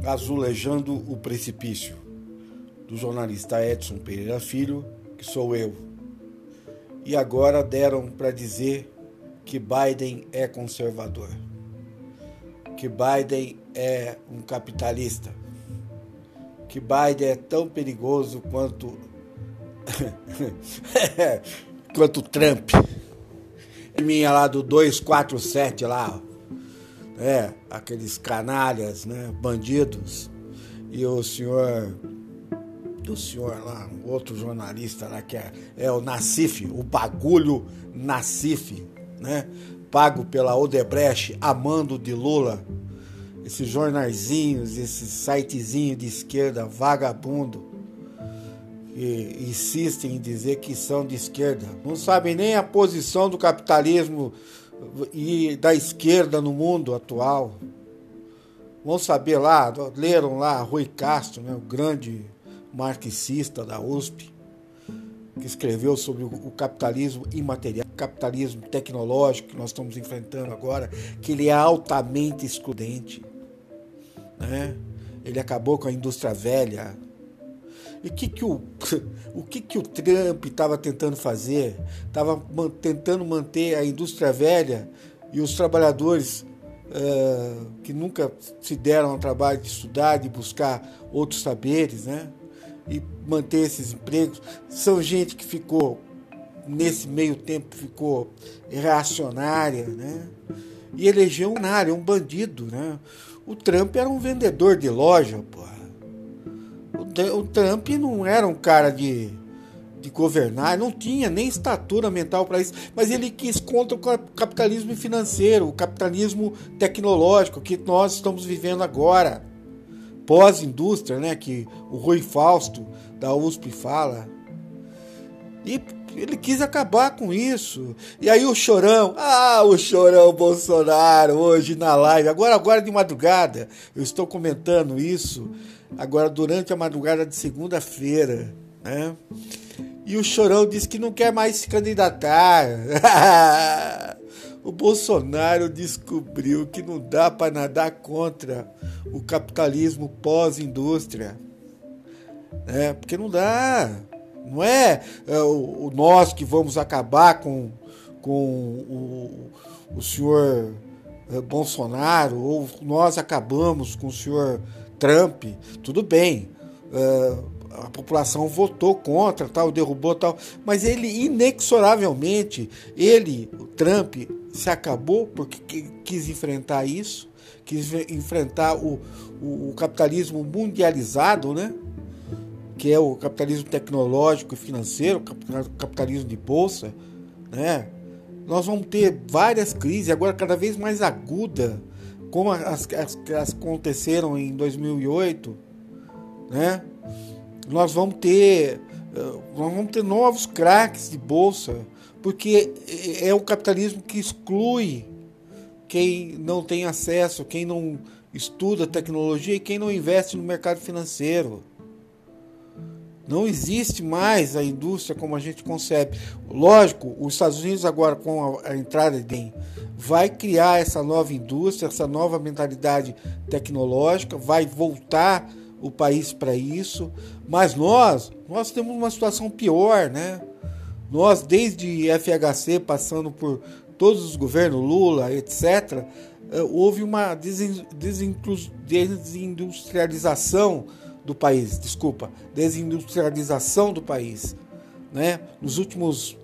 Azulejando o Precipício, do jornalista Edson Pereira Filho, que sou eu. E agora deram para dizer que Biden é conservador, que Biden é um capitalista, que Biden é tão perigoso quanto quanto Trump. Minha lá do 247 lá, aqueles canalhas, né, bandidos, e o senhor lá, outro jornalista lá que é o Nassif, o bagulho Nassif, né, pago pela Odebrecht, amando de Lula, esses jornaizinhos, esses sitezinhos de esquerda vagabundo, que insistem em dizer que são de esquerda, não sabem nem a posição do capitalismo e da esquerda no mundo atual. Vão saber lá, leram lá Rui Castro, né, o grande marxista da USP, que escreveu sobre o capitalismo imaterial, o capitalismo tecnológico que nós estamos enfrentando agora, que ele é altamente excludente, né? Ele acabou com a indústria velha. E o que o Trump estava tentando fazer? Estava tentando manter a indústria velha e os trabalhadores que nunca se deram ao trabalho de estudar, de buscar outros saberes, né? E manter esses empregos. São gente que ficou, nesse meio tempo, ficou reacionária, né? E elegeu um bandido, né? O Trump era um vendedor de loja, porra. O Trump não era um cara de governar, não tinha nem estatura mental para isso, mas ele quis contra o capitalismo financeiro, o capitalismo tecnológico que nós estamos vivendo agora, pós-indústria, né, que o Rui Fausto da USP fala. E ele quis acabar com isso. E aí o chorão Bolsonaro, hoje na live, agora de madrugada, eu estou comentando isso, agora durante a madrugada de segunda-feira, né? E o chorão disse que não quer mais se candidatar. O Bolsonaro descobriu que não dá para nadar contra o capitalismo pós-indústria, né? Porque não dá. Não é nós que vamos acabar com o senhor Bolsonaro, ou nós acabamos com o senhor Trump. Tudo bem, a população votou contra, tal, derrubou, tal, mas ele inexoravelmente, o Trump, se acabou porque quis enfrentar isso, quis enfrentar o capitalismo mundializado, né? Que é o capitalismo tecnológico e financeiro, o capitalismo de bolsa, né? Nós vamos ter várias crises, agora cada vez mais agudas, como as que aconteceram em 2008, né? Nós vamos ter novos craques de bolsa, porque é o capitalismo que exclui quem não tem acesso, quem não estuda tecnologia e quem não investe no mercado financeiro. Não existe mais a indústria como a gente concebe. Lógico, os Estados Unidos agora, com a entrada de Biden, vai criar essa nova indústria, essa nova mentalidade tecnológica, vai voltar o país para isso, mas nós temos uma situação pior, né? Nós, desde FHC, passando por todos os governos, Lula, etc., houve uma desindustrialização do país, desindustrialização do país, né? Nos últimos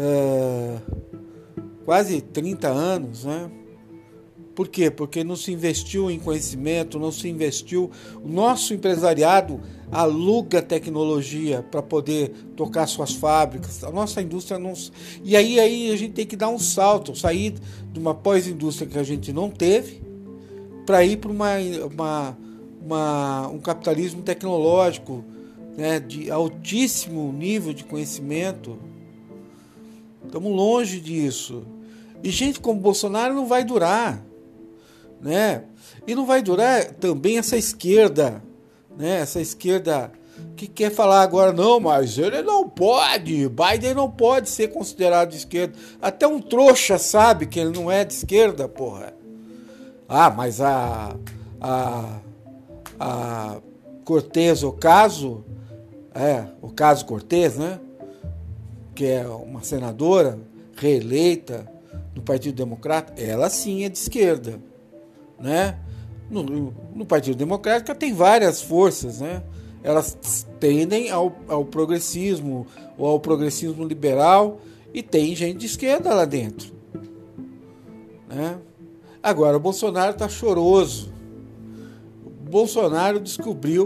quase 30 anos, né? Por quê? Porque não se investiu em conhecimento, não se investiu. O nosso empresariado aluga tecnologia para poder tocar suas fábricas. A nossa indústria não. E aí a gente tem que dar um salto, sair de uma pós-indústria que a gente não teve, para ir para um capitalismo tecnológico, né, de altíssimo nível de conhecimento. Estamos longe disso. E gente como Bolsonaro não vai durar, né? E não vai durar também essa esquerda, né? Essa esquerda que quer falar agora, não, mas ele não pode, Biden não pode ser considerado de esquerda. Até um trouxa sabe que ele não é de esquerda, porra. Ah, mas a a Cortez Ocasio, Ocasio-Cortez, né? Que é uma senadora reeleita do Partido Democrata, ela sim é de esquerda, né? No Partido Democrático tem várias forças, né? Elas tendem ao progressismo ou ao progressismo liberal, e tem gente de esquerda lá dentro, né? Agora, o Bolsonaro está choroso. O Bolsonaro descobriu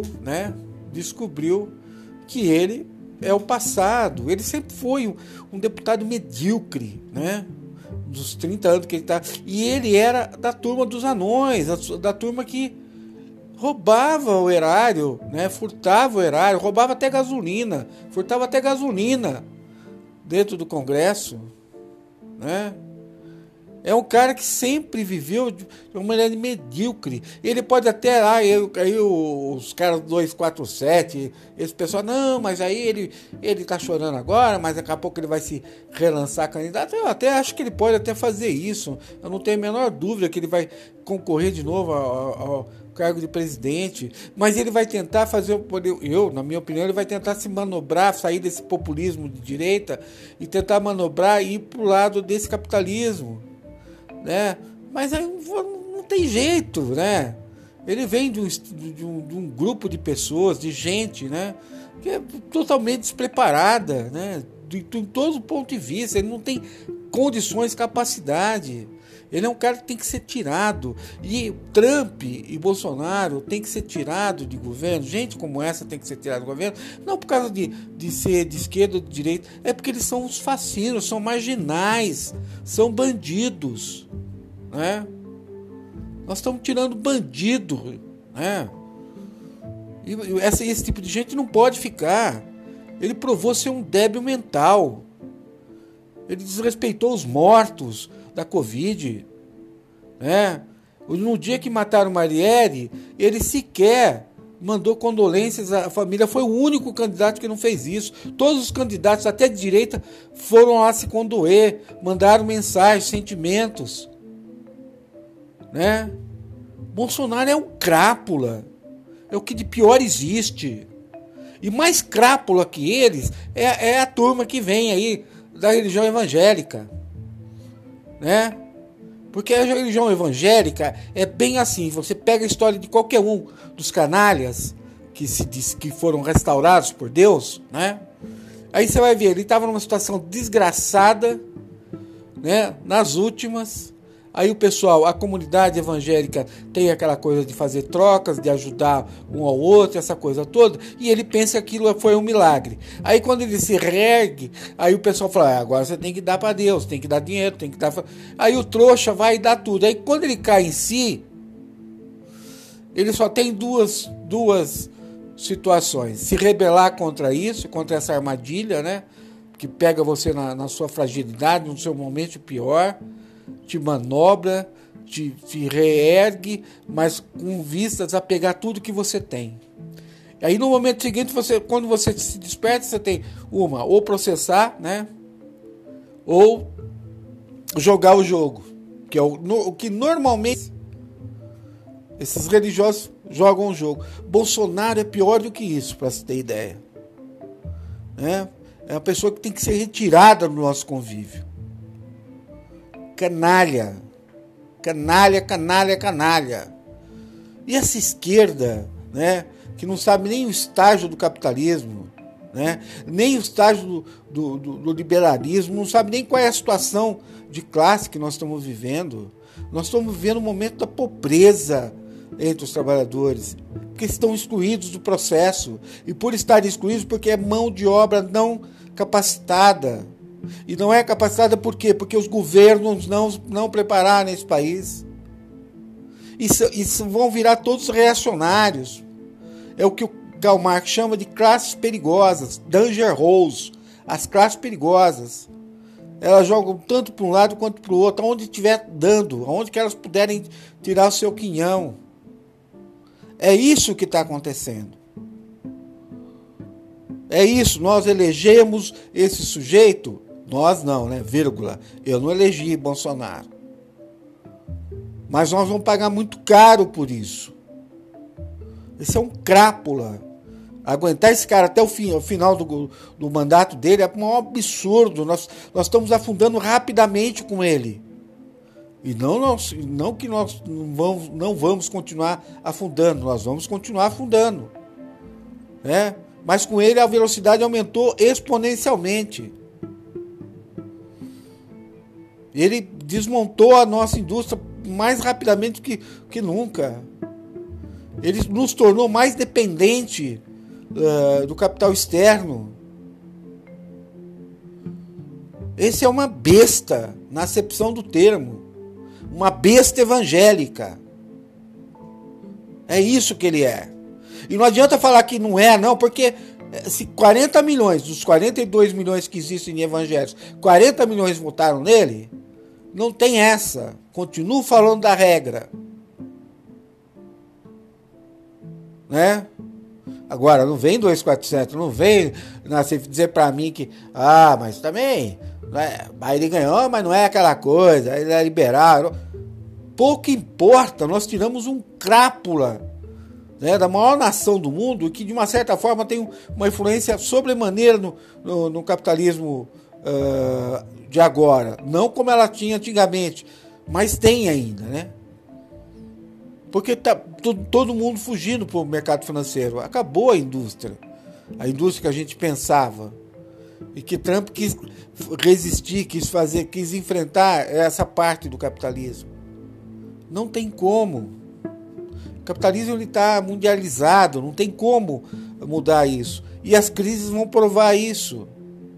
que ele é o passado. Ele sempre foi um deputado medíocre, né? Dos 30 anos que ele está. E ele era da turma dos anões, da turma que roubava o erário, né? Furtava o erário, roubava até gasolina, furtava até gasolina dentro do Congresso, né? É um cara que sempre viveu de uma maneira medíocre. Ele pode até aí os caras do 247, esse pessoal, não, mas aí ele tá chorando agora, mas daqui a pouco ele vai se relançar candidato. Eu até acho que ele pode até fazer isso. Eu não tenho a menor dúvida que ele vai concorrer de novo ao cargo de presidente, mas ele vai tentar fazer, na minha opinião, ele vai tentar se manobrar, sair desse populismo de direita e tentar manobrar e ir pro lado desse capitalismo, né? Mas aí não tem jeito, né? Ele vem de um grupo de pessoas, de gente, né? Que é totalmente despreparada, né? De todo ponto de vista. Ele não tem condições, capacidade. Ele é um cara que tem que ser tirado. E Trump e Bolsonaro tem que ser tirado de governo. Gente como essa tem que ser tirada do governo. Não por causa de ser de esquerda ou de direita. É porque eles são os fascinos, são marginais, são bandidos, né? Nós estamos tirando bandido, né? E esse tipo de gente não pode ficar. Ele provou ser um débil mental. Ele desrespeitou os mortos da Covid, né? No dia que mataram Marielle, ele sequer mandou condolências à família. Foi o único candidato que não fez isso. Todos os candidatos, até de direita, foram lá se condoer, mandaram mensagens, sentimentos, né? Bolsonaro é um crápula, é o que de pior existe. E mais crápula que eles é a turma que vem aí da religião evangélica, né? Porque a religião evangélica é bem assim. Você pega a história de qualquer um dos canalhas que se diz que foram restaurados por Deus, né? Aí você vai ver, ele estava numa situação desgraçada, né? Nas últimas. Aí o pessoal, a comunidade evangélica tem aquela coisa de fazer trocas, de ajudar um ao outro, essa coisa toda, e ele pensa que aquilo foi um milagre. Aí quando ele se reergue, aí o pessoal fala, agora você tem que dar para Deus, tem que dar dinheiro, tem que dar... Aí o trouxa vai dar tudo. Aí quando ele cai em si, ele só tem duas situações: se rebelar contra isso, contra essa armadilha, né? Que pega você na sua fragilidade, no seu momento pior, te manobra, te reergue, mas com vistas a pegar tudo que você tem. Aí no momento seguinte, quando você se desperta, você tem ou processar, né? Ou jogar o jogo, que é o que normalmente esses religiosos jogam o jogo. Bolsonaro é pior do que isso, para você ter ideia, né? É uma pessoa que tem que ser retirada do nosso convívio. Canalha, canalha, canalha, canalha. E essa esquerda, né, que não sabe nem o estágio do capitalismo, né, nem o estágio do liberalismo, não sabe nem qual é a situação de classe que nós estamos vivendo. Nós estamos vivendo um momento da pobreza entre os trabalhadores, porque estão excluídos do processo. E por estarem excluídos, porque é mão de obra não capacitada. E não é capacitada por quê? Porque os governos não prepararam esse país. Isso vão virar todos reacionários. É o que o Karl Marx chama de classes perigosas, danger holes, as classes perigosas. Elas jogam tanto para um lado quanto para o outro, aonde estiver dando, aonde que elas puderem tirar o seu quinhão. É isso que está acontecendo. É isso, nós elegemos esse sujeito. Nós não, né? Vírgula. Eu não elegi Bolsonaro. Mas nós vamos pagar muito caro por isso. Esse é um crápula. Aguentar esse cara até o final do mandato dele é um absurdo. Nós estamos afundando rapidamente com ele. E não que nós não vamos continuar afundando, nós vamos continuar afundando. Né? Mas com ele a velocidade aumentou exponencialmente. Ele desmontou a nossa indústria mais rapidamente que nunca. Ele nos tornou mais dependente do capital externo. Esse é uma besta, na acepção do termo. Uma besta evangélica. É isso que ele é. E não adianta falar que não é, não, porque se 40 milhões, dos 42 milhões que existem em evangélicos, 40 milhões votaram nele, não tem essa. Continuo falando da regra. Né? Agora, não vem 247, não vem dizer para mim que, mas também, né, ele ganhou, mas não é aquela coisa, ele é liberal. Pouco importa, nós tiramos um crápula, né, da maior nação do mundo, que de uma certa forma tem uma influência sobremaneira no capitalismo de agora. Não como ela tinha antigamente, mas tem ainda, né? Porque está todo mundo fugindo para o mercado financeiro. Acabou a indústria que a gente pensava. E que Trump quis resistir, quis enfrentar essa parte do capitalismo. Não tem como. O capitalismo está mundializado, não tem como mudar isso. E as crises vão provar isso.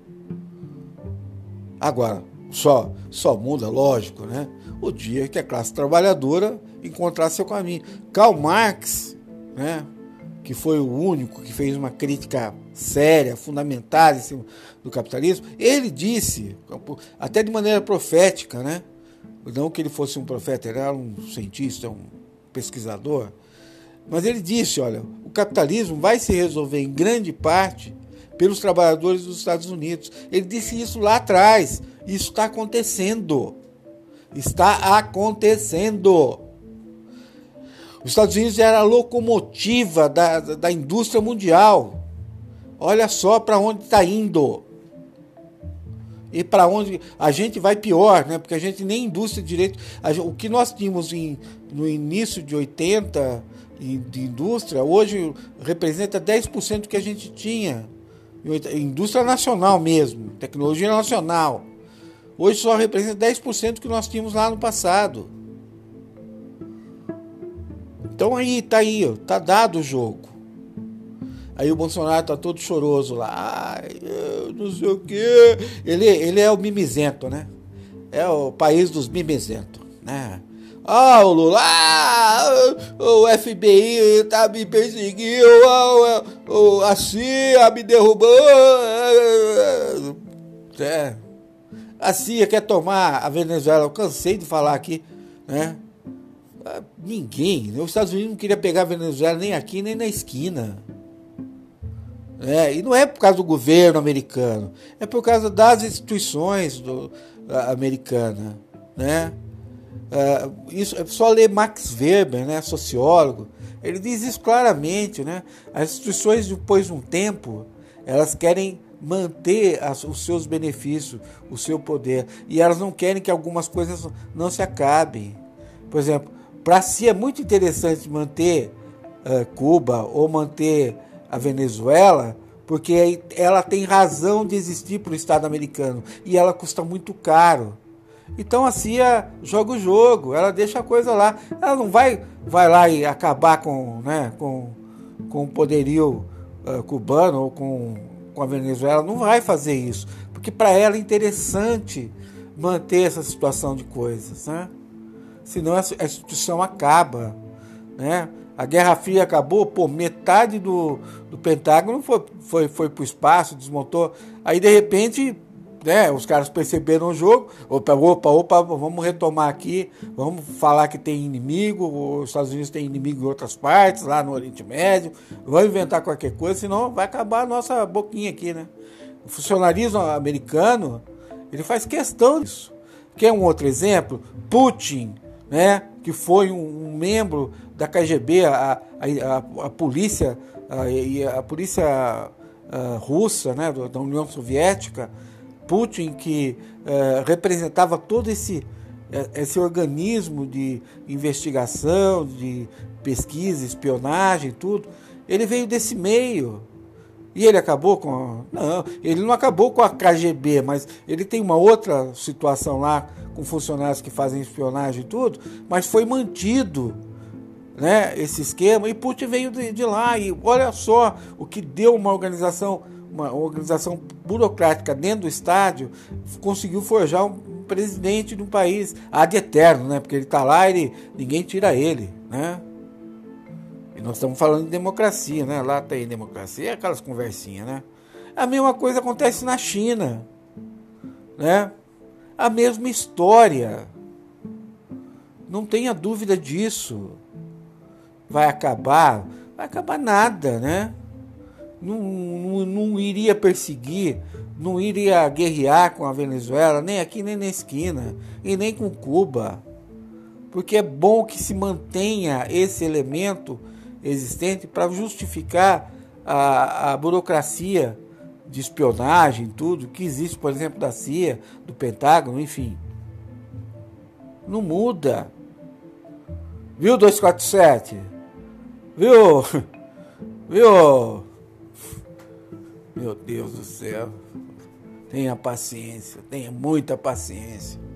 Agora, só muda, lógico, né? O dia que a classe trabalhadora encontrar seu caminho. Karl Marx, né, que foi o único que fez uma crítica séria, fundamentada em cima do capitalismo, ele disse, até de maneira profética, né, não que ele fosse um profeta, ele era um cientista, um pesquisador, mas ele disse, olha, o capitalismo vai se resolver em grande parte pelos trabalhadores dos Estados Unidos. Ele disse isso lá atrás. Isso está acontecendo. Está acontecendo. Os Estados Unidos era a locomotiva da indústria mundial. Olha só para onde está indo. E para onde a gente vai pior, né? Porque a gente nem indústria direito. O que nós tínhamos no início de 80 de indústria, hoje representa 10% do que a gente tinha. Indústria nacional mesmo, tecnologia nacional. Hoje só representa 10% do que nós tínhamos lá no passado. Então tá dado o jogo. Aí o Bolsonaro tá todo choroso lá, não sei o quê. Ele é o mimizento, né? É o país dos mimizentos, né? O Lula, o FBI tá me perseguindo, a CIA me derrubou. A CIA quer tomar a Venezuela, eu cansei de falar aqui, né? Ninguém, os Estados Unidos não queria pegar a Venezuela nem aqui, nem na esquina. E não é por causa do governo americano, é por causa das instituições americanas, né? Isso é só ler Max Weber, né, sociólogo. Ele diz isso claramente, né? As instituições, depois de um tempo, elas querem manter os seus benefícios, o seu poder, e elas não querem que algumas coisas não se acabem. Por exemplo, para si é muito interessante manter Cuba ou manter a Venezuela, porque ela tem razão de existir para o Estado americano e ela custa muito caro. Então a CIA joga o jogo, ela deixa a coisa lá. Ela não vai lá e acabar com o poderio cubano ou com a Venezuela. Não vai fazer isso, porque para ela é interessante manter essa situação de coisas, né? Senão a instituição acaba, né? A Guerra Fria acabou, metade do Pentágono foi para o espaço, desmontou. Aí de repente, né, os caras perceberam o jogo, opa, vamos retomar aqui, vamos falar que tem inimigo, os Estados Unidos tem inimigo em outras partes, lá no Oriente Médio, vamos inventar qualquer coisa, senão vai acabar a nossa boquinha aqui, né? O funcionarismo americano, ele faz questão disso. Quer um outro exemplo? Putin, né, que foi um membro da KGB, a polícia, a polícia russa, né, da União Soviética, Putin, que representava todo esse organismo de investigação, de pesquisa, espionagem, tudo, ele veio desse meio. E ele acabou com... Não, ele não acabou com a KGB, mas ele tem uma outra situação lá, com funcionários que fazem espionagem e tudo, mas foi mantido, né, esse esquema, e Putin veio de lá, e olha só o que deu uma organização burocrática dentro do estádio, conseguiu forjar um presidente de um país ad eterno, né, porque ele está lá, ninguém tira ele, né? E nós estamos falando de democracia, né? Lá tem democracia, aquelas conversinhas, né? A mesma coisa acontece na China, né? A mesma história. Não tenha dúvida disso. Vai acabar nada, né? Não iria perseguir, não iria guerrear com a Venezuela, nem aqui nem na esquina, e nem com Cuba. Porque é bom que se mantenha esse elemento existente para justificar a burocracia de espionagem, tudo que existe, por exemplo, da CIA, do Pentágono, enfim. Não muda. Viu, 247? Viu? Viu? Meu Deus do céu. Tenha paciência, tenha muita paciência.